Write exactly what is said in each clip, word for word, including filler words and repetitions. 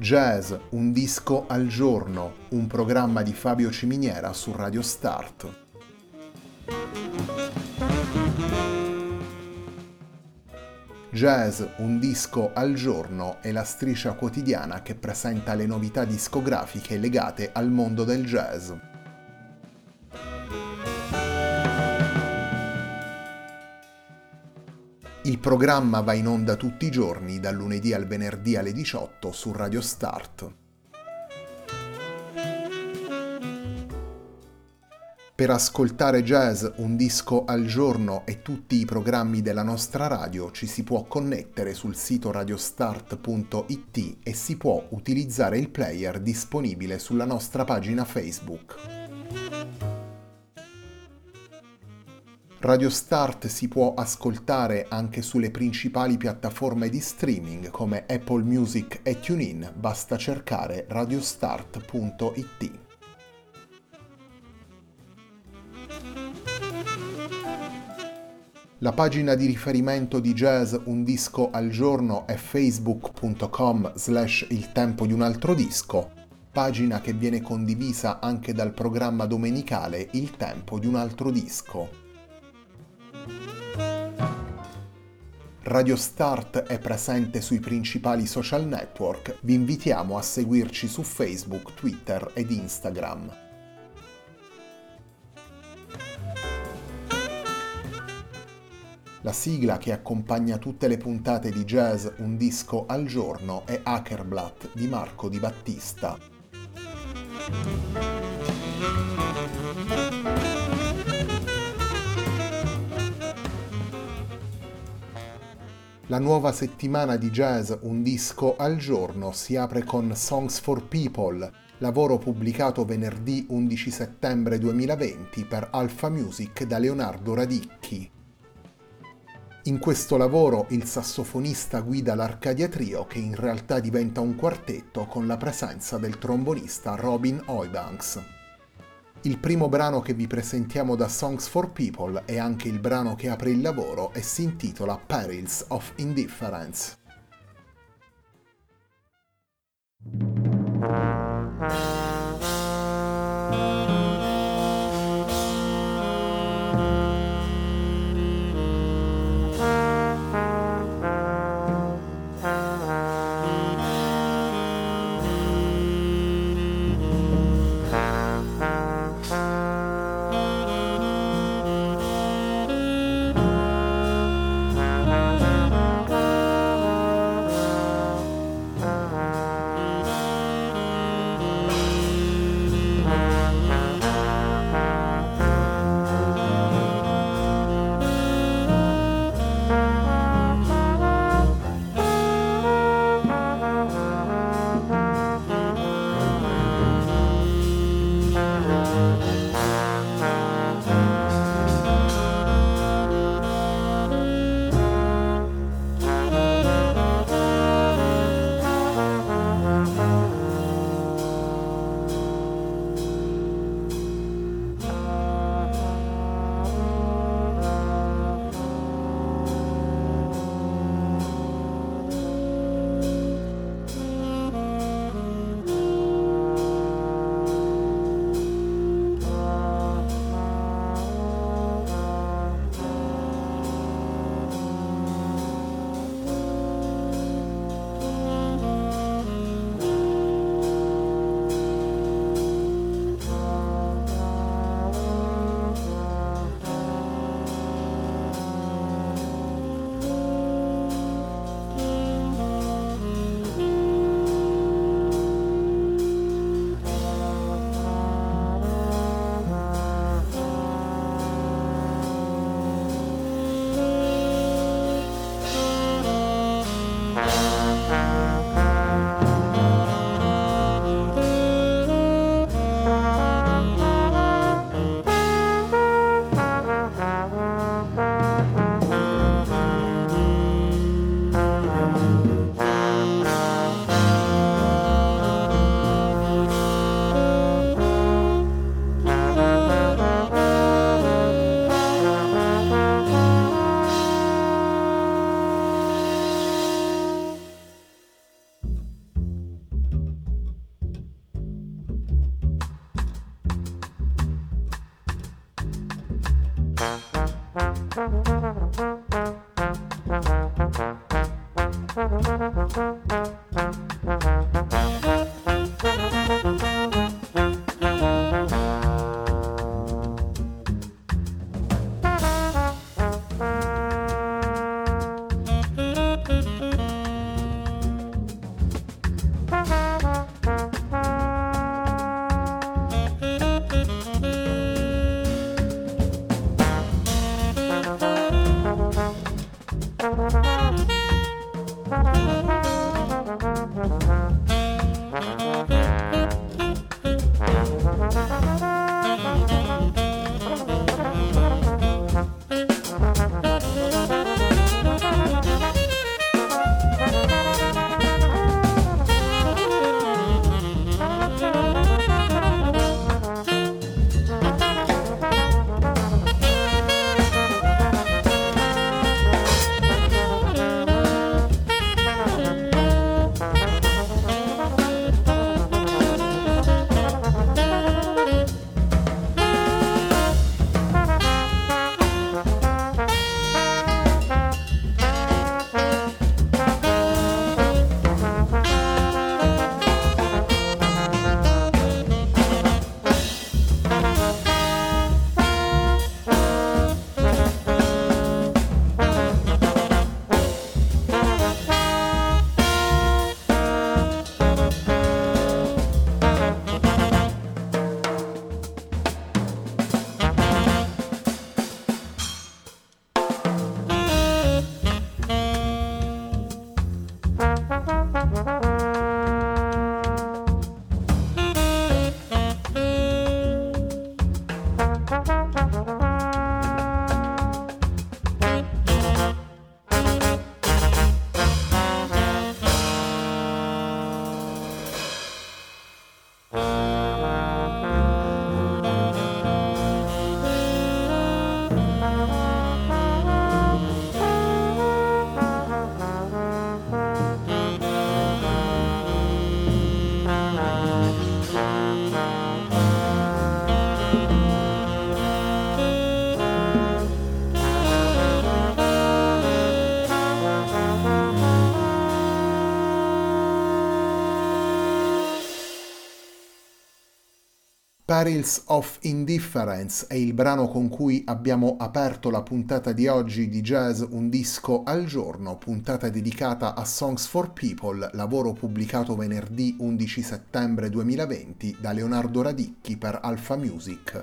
Jazz, un disco al giorno, un programma di Fabio Ciminiera su Radio Start. Jazz, un disco al giorno è la striscia quotidiana che presenta le novità discografiche legate al mondo del jazz. Il programma va in onda tutti i giorni, dal lunedì al venerdì alle diciotto su Radio Start. Per ascoltare Jazz, un disco al giorno e tutti i programmi della nostra radio ci si può connettere sul sito radiostart punto it e si può utilizzare il player disponibile sulla nostra pagina Facebook. Radio Start si può ascoltare anche sulle principali piattaforme di streaming come Apple Music e TuneIn, basta cercare radiostart punto it. La pagina di riferimento di Jazz Un Disco al Giorno è facebook punto com slash il tempo di un altro disco, pagina che viene condivisa anche dal programma domenicale Il tempo di un altro disco. Radio Start è presente sui principali social network, vi invitiamo a seguirci su Facebook, Twitter ed Instagram. La sigla che accompagna tutte le puntate di Jazz Un Disco al Giorno è Hackerblatt di Marco Di Battista. La nuova settimana di Jazz Un Disco al Giorno si apre con Songs for People, lavoro pubblicato venerdì undici settembre duemilaventi per Alpha Music da Leonardo Radicchi. In questo lavoro il sassofonista guida l'Arcadia Trio, che in realtà diventa un quartetto con la presenza del trombonista Robin Eubanks. Il primo brano che vi presentiamo da Songs for People è anche il brano che apre il lavoro e si intitola Perils of Indifference. Perils of Indifference è il brano con cui abbiamo aperto la puntata di oggi di Jazz Un Disco al Giorno, puntata dedicata a Songs for People, lavoro pubblicato venerdì undici settembre duemilaventi da Leonardo Radicchi per Alpha Music.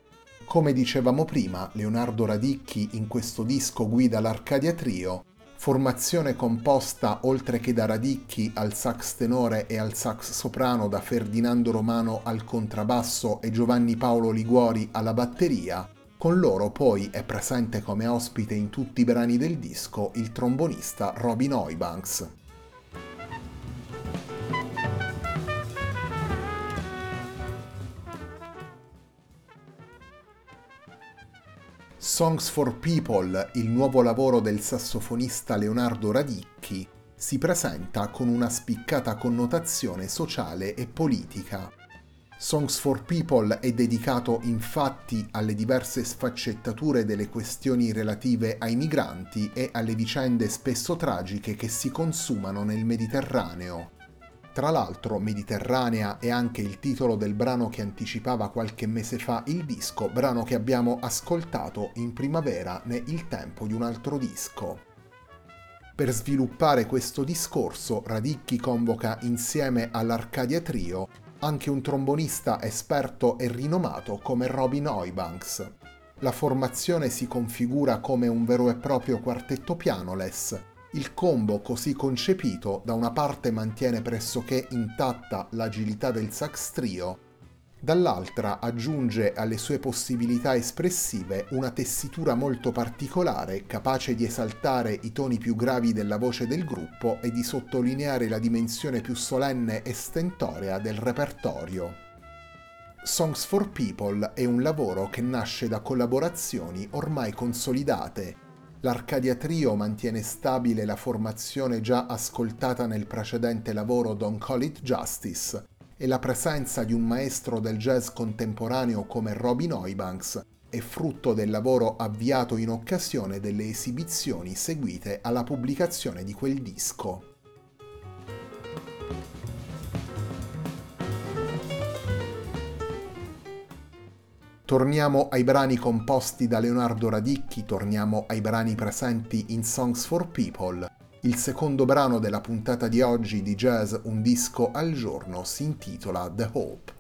Come dicevamo prima, Leonardo Radicchi in questo disco guida l'Arcadia Trio, formazione composta oltre che da Radicchi al sax tenore e al sax soprano, da Ferdinando Romano al contrabbasso e Giovanni Paolo Liguori alla batteria. Con loro poi è presente come ospite in tutti i brani del disco il trombonista Robin Eubanks. Songs for People, il nuovo lavoro del sassofonista Leonardo Radicchi, si presenta con una spiccata connotazione sociale e politica. Songs for People è dedicato infatti alle diverse sfaccettature delle questioni relative ai migranti e alle vicende spesso tragiche che si consumano nel Mediterraneo. Tra l'altro, Mediterranea è anche il titolo del brano che anticipava qualche mese fa il disco, brano che abbiamo ascoltato in primavera ne Il tempo di un altro disco. Per sviluppare questo discorso, Radicchi convoca insieme all'Arcadia Trio anche un trombonista esperto e rinomato come Robin Eubanks. La formazione si configura come un vero e proprio quartetto pianoless. Il combo così concepito da una parte mantiene pressoché intatta l'agilità del sax trio, dall'altra aggiunge alle sue possibilità espressive una tessitura molto particolare, capace di esaltare i toni più gravi della voce del gruppo e di sottolineare la dimensione più solenne e stentorea del repertorio. Songs for People è un lavoro che nasce da collaborazioni ormai consolidate. L'Arcadia Trio mantiene stabile la formazione già ascoltata nel precedente lavoro Don't Call It Justice e la presenza di un maestro del jazz contemporaneo come Robin Eubanks è frutto del lavoro avviato in occasione delle esibizioni seguite alla pubblicazione di quel disco. Torniamo ai brani composti da Leonardo Radicchi, torniamo ai brani presenti in Songs for People. Il secondo brano della puntata di oggi di Jazz Un disco al giorno si intitola The Hope.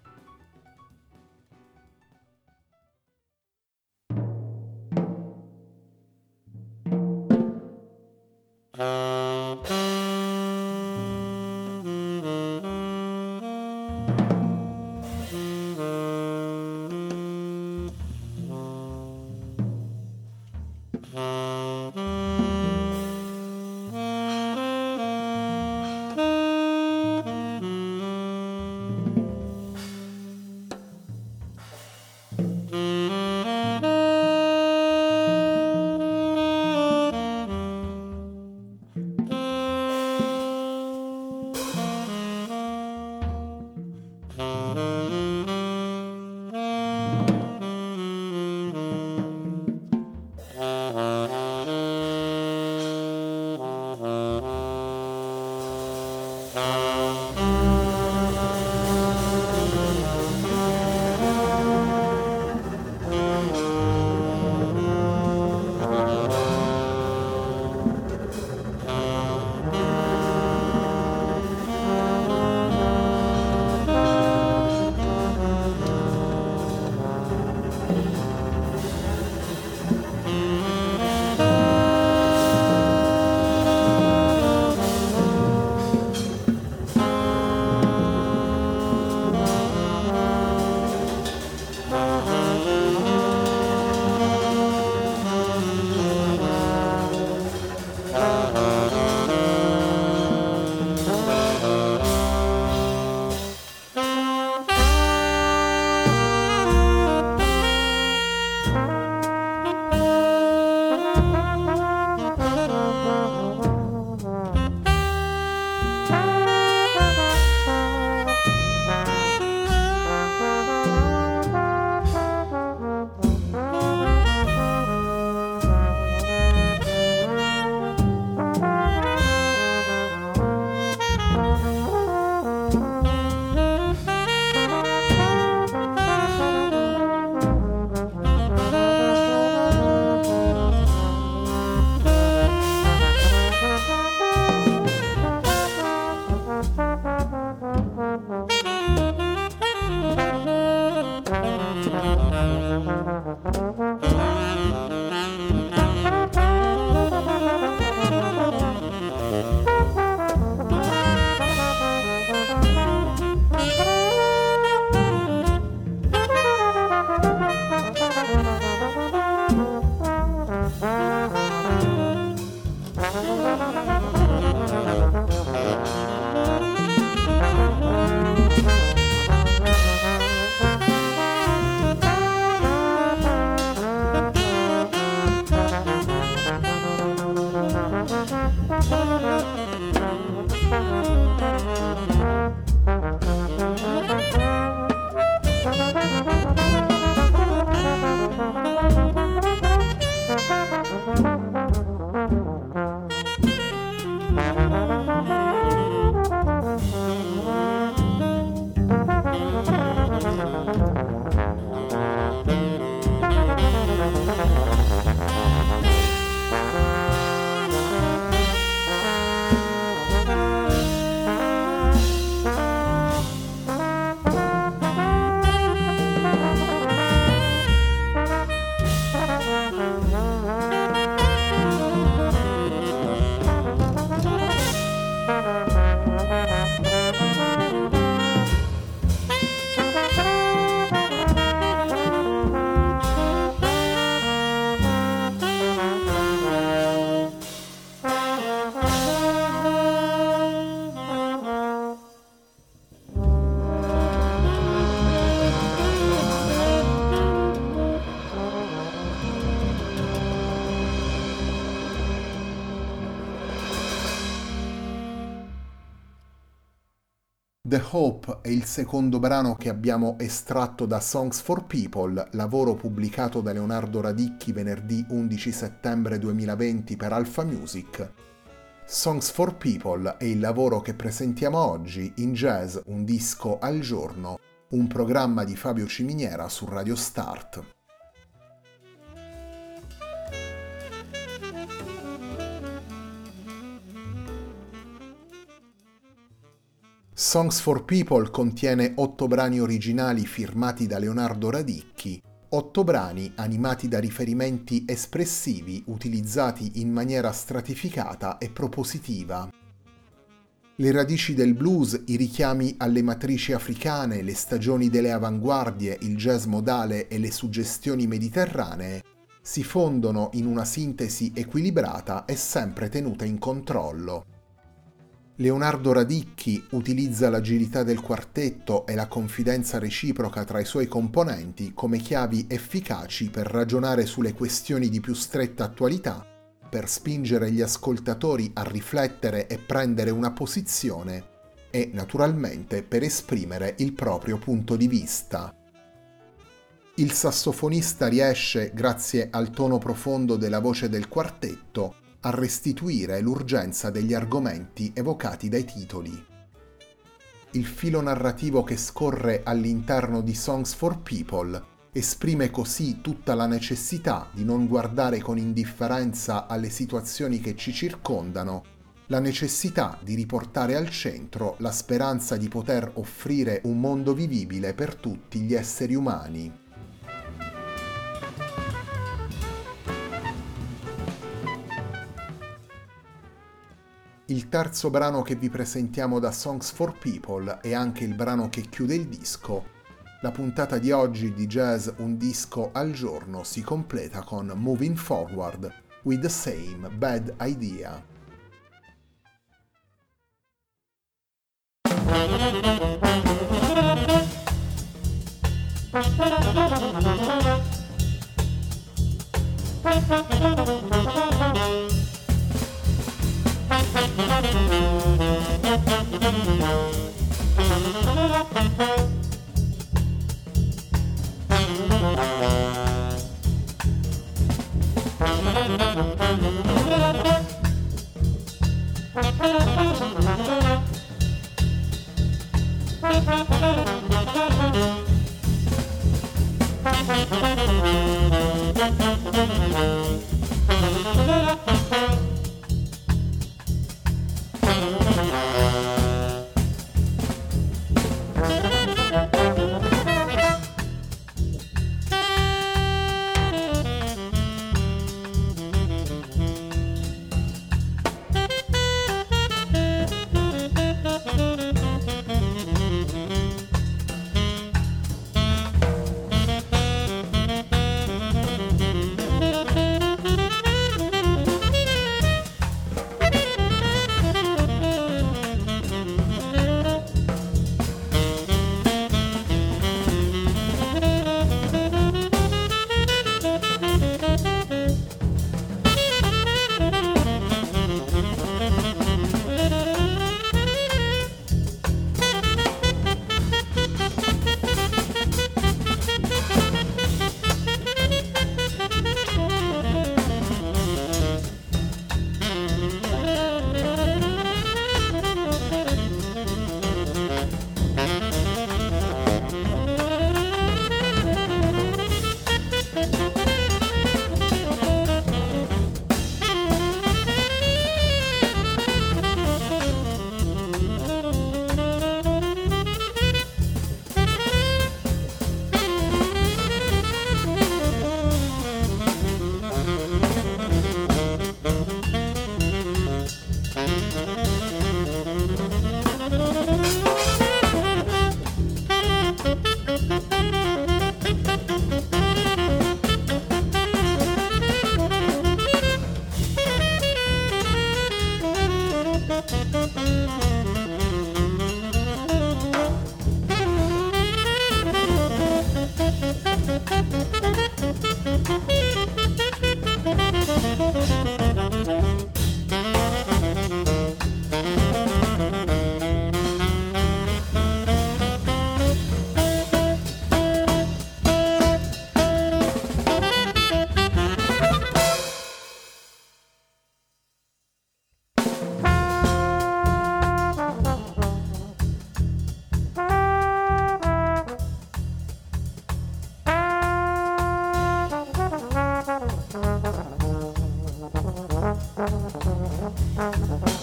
The Hope è il secondo brano che abbiamo estratto da Songs for People, lavoro pubblicato da Leonardo Radicchi venerdì undici settembre duemilaventi per Alpha Music. Songs for People è il lavoro che presentiamo oggi in Jazz Un disco al giorno. un programma di Fabio Ciminiera su Radio Start. Songs for People contiene otto brani originali firmati da Leonardo Radicchi, otto brani animati da riferimenti espressivi utilizzati in maniera stratificata e propositiva. Le radici del blues, i richiami alle matrici africane, le stagioni delle avanguardie, il jazz modale e le suggestioni mediterranee si fondono in una sintesi equilibrata e sempre tenuta in controllo. Leonardo Radicchi utilizza l'agilità del quartetto e la confidenza reciproca tra i suoi componenti come chiavi efficaci per ragionare sulle questioni di più stretta attualità, per spingere gli ascoltatori a riflettere e prendere una posizione e, naturalmente, per esprimere il proprio punto di vista. Il sassofonista riesce, grazie al tono profondo della voce del quartetto, a restituire l'urgenza degli argomenti evocati dai titoli. Il filo narrativo che scorre all'interno di Songs for People esprime così tutta la necessità di non guardare con indifferenza alle situazioni che ci circondano, la necessità di riportare al centro la speranza di poter offrire un mondo vivibile per tutti gli esseri umani. Il terzo brano che vi presentiamo da Songs for People è anche il brano che chiude il disco. La puntata di oggi di Jazz Un disco al giorno si completa con Moving Forward with the Same Bad Idea.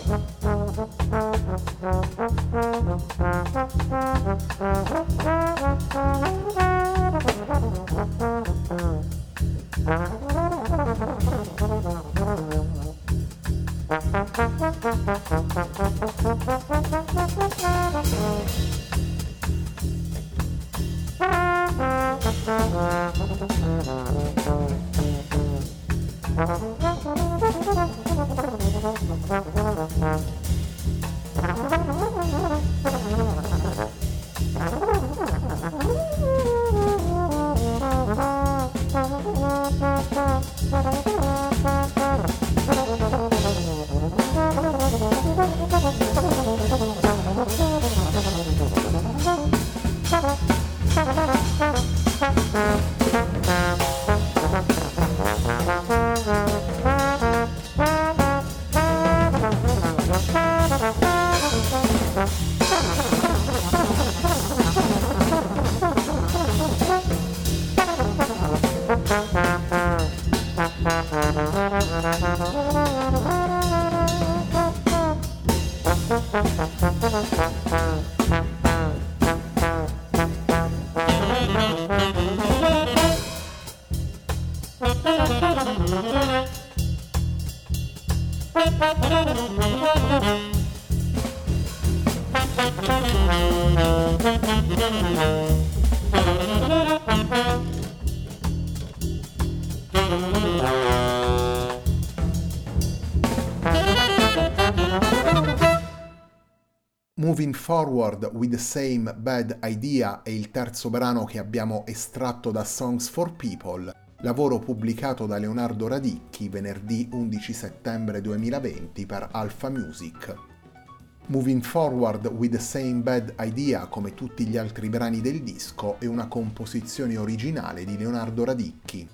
Moving Forward with the Same Bad Idea è il terzo brano che abbiamo estratto da Songs for People, lavoro pubblicato da Leonardo Radicchi venerdì undici settembre duemilaventi per Alpha Music. Moving Forward with the Same Bad Idea, come tutti gli altri brani del disco, è una composizione originale di Leonardo Radicchi.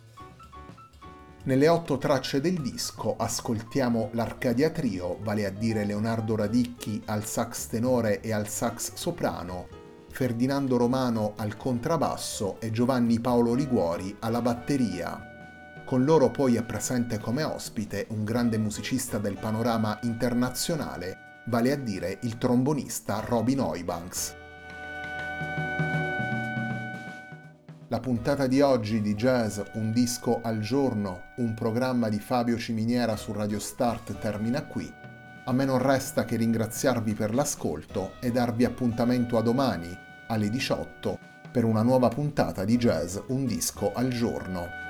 Nelle otto tracce del disco ascoltiamo l'Arcadia Trio, vale a dire Leonardo Radicchi al sax tenore e al sax soprano, Ferdinando Romano al contrabbasso e Giovanni Paolo Liguori alla batteria. Con loro poi è presente come ospite un grande musicista del panorama internazionale, vale a dire il trombonista Robin Eubanks. La puntata di oggi di Jazz Un disco al giorno, un programma di Fabio Ciminiera su Radio Start termina qui. A me non resta che ringraziarvi per l'ascolto e darvi appuntamento a domani alle diciotto per una nuova puntata di Jazz Un disco al giorno.